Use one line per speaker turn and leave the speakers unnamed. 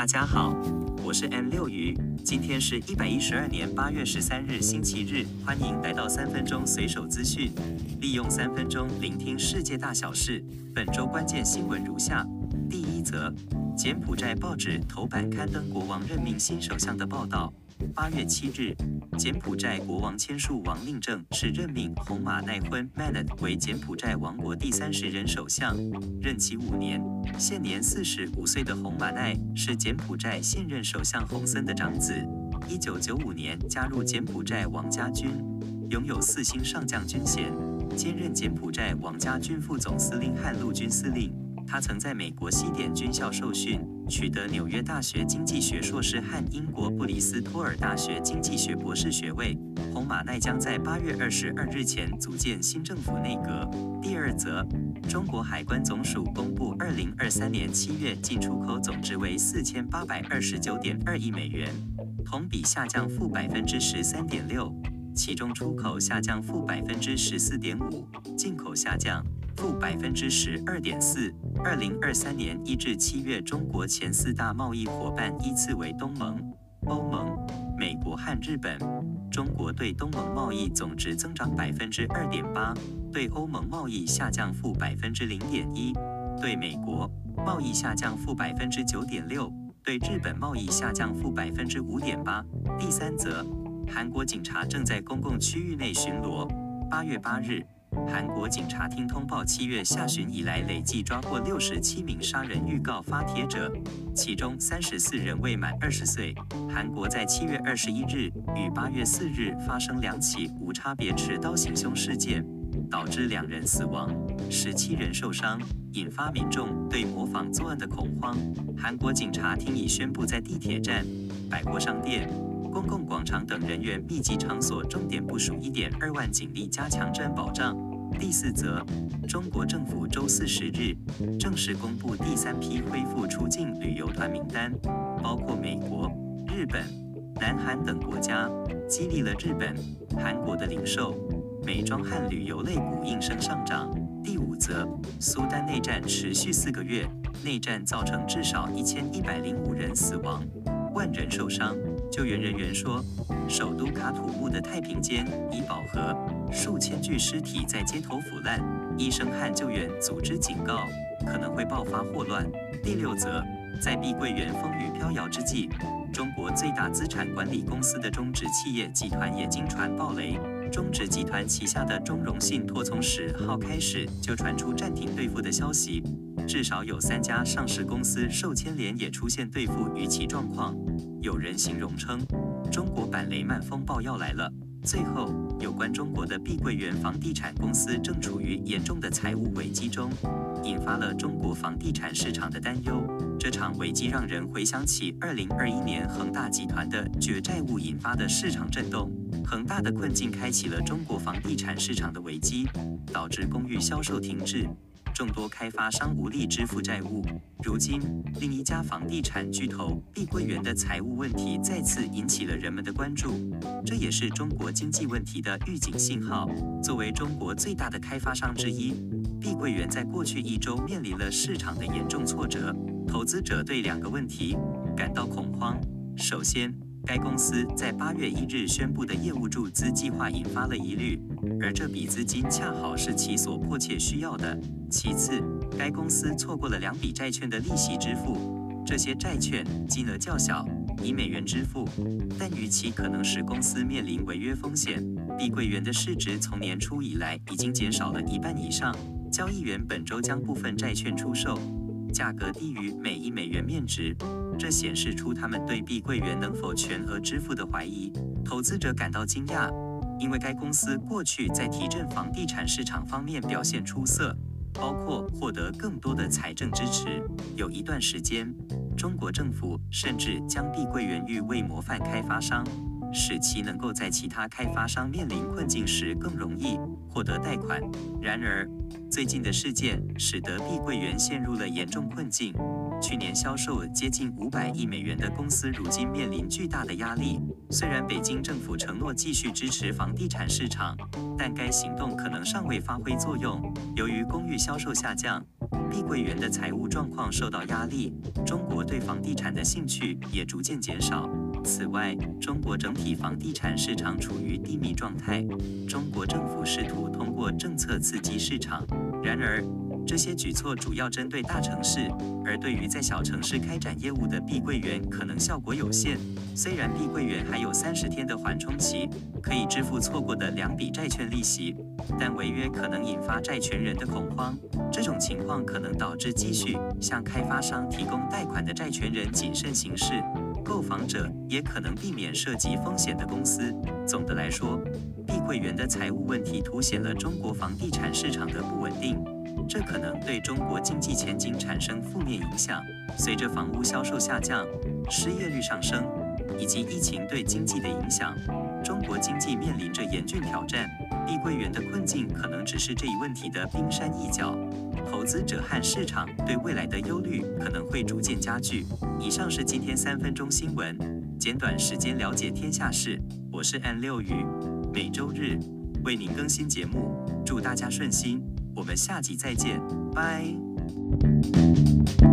大家好，我是 M 六鱼，今天是112年8月13日星期日，欢迎来到3分钟随手资讯，利用3分钟聆听世界大小事。本周关键新闻如下：第一则，柬埔寨报纸头版刊登国王任命新首相的报道。8月7日，柬埔寨国王签署王令正式任命洪马奈婚 Manat 为柬埔寨王国第30任首相，任期5年。现年45岁的洪马奈是柬埔寨现任首相洪森的长子。1995年加入柬埔寨王家军，拥有4星上将军衔，兼任柬埔寨王家军副总司令和陆军司令。他曾在美国西点军校受训，取得纽约大学经济学硕士和英国布里斯托尔大学经济学博士学位。洪马奈将在8月22日前组建新政府内阁。第二则，中国海关总署公布2023年7月进出口总值为4829.2亿美元，同比下降-13.6%，其中出口下降-14.5%，进口下降-12.4%。2023年1至7月，中国前4大贸易伙伴依次为东盟、欧盟、美国和日本。中国对东盟贸易总值增长2.8%，对欧盟贸易下降-0.1%，对美国贸易下降-9.6%，对日本贸易下降-5.8%。第三则，韩国警察正在公共区域内巡逻。8月8日，韩国警察厅通报7月下旬以来累计抓获67名杀人预告发帖者，其中34人未满20岁。韩国在7月21日与8月4日发生2起无差别持刀行凶事件，导致2人死亡，17人受伤，引发民众对模仿作案的恐慌。韩国警察厅已宣布在地铁站、百货商店、公共广场等人员密集场所重点部署1.2万警力，加强治安保障。第四则，中国政府周4、10日正式公布第3批恢复出境旅游团名单，包括美国、日本、南韩等国家，激励了日本、韩国的零售、美妆和旅游类股应声上涨。第五则，苏丹内战持续4个月，内战造成至少1105人死亡，10000人受伤。救援人员说，首都卡土木的太平间已饱和，数千具尸体在街头腐烂。医生和救援组织警告，可能会爆发霍乱。第六则，在碧桂园风雨飘摇之际，中国最大资产管理公司的中植企业集团也经传爆雷。中植集团旗下的中融信托从10号开始就传出暂停兑付的消息，至少有3家上市公司受牵连，也出现兑付逾期状况。有人形容称，中国版雷曼风暴要来了。最后，有关中国的碧桂园房地产公司正处于严重的财务危机中，引发了中国房地产市场的担忧。这场危机让人回想起2021年恒大集团的绝债务引发的市场震动。恒大的困境开启了中国房地产市场的危机，导致公寓销售停滞，众多开发商无力支付债务。如今，另一家房地产巨头碧桂园的财务问题再次引起了人们的关注，这也是中国经济问题的预警信号。作为中国最大的开发商之一，碧桂园在过去1周面临了市场的严重挫折，投资者对2个问题感到恐慌。首先，该公司在8月1日宣布的业务注资计划引发了疑虑，而这笔资金恰好是其所迫切需要的。其次，该公司错过了2笔债券的利息支付，这些债券金额较小，以美元支付，但逾期可能使公司面临违约风险。碧桂园的市值从年初以来已经减少了1半以上，交易员本周将部分债券出售，价格低于每1美元面值，这显示出他们对碧桂园能否全额支付的怀疑。投资者感到惊讶，因为该公司过去在提振房地产市场方面表现出色，包括获得更多的财政支持。有一段时间，中国政府甚至将碧桂园誉为模范开发商，使其能够在其他开发商面临困境时更容易获得贷款。然而，最近的事件使得碧桂园陷入了严重困境。去年销售接近500亿美元的公司，如今面临巨大的压力。虽然北京政府承诺继续支持房地产市场，但该行动可能尚未发挥作用。由于公寓销售下降， 碧桂园的财务状况受到压力，中国对房地产的兴趣也逐渐减少。此外，中国整体房地产市场处于低迷状态，中国政府试图通过政策刺激市场。然而，这些举措主要针对大城市，而对于在小城市开展业务的碧桂园可能效果有限。虽然碧桂园还有30天的缓冲期，可以支付错过的2笔债券利息，但违约可能引发债权人的恐慌。这种情况可能导致继续向开发商提供贷款的债权人谨慎行事，购房者也可能避免涉及风险的公司。总的来说，碧桂园的财务问题凸显了中国房地产市场的不稳定，这可能对中国经济前景产生负面影响。随着房屋销售下降、失业率上升，以及疫情对经济的影响，中国经济面临着严峻挑战。碧桂园的困境可能只是这一问题的冰山一角，投资者和市场对未来的忧虑可能会逐渐加剧。以上是今天3分钟新闻，简短时间了解天下事。我是An6鱼，每周日为您更新节目，祝大家顺心。我们下集再见，拜。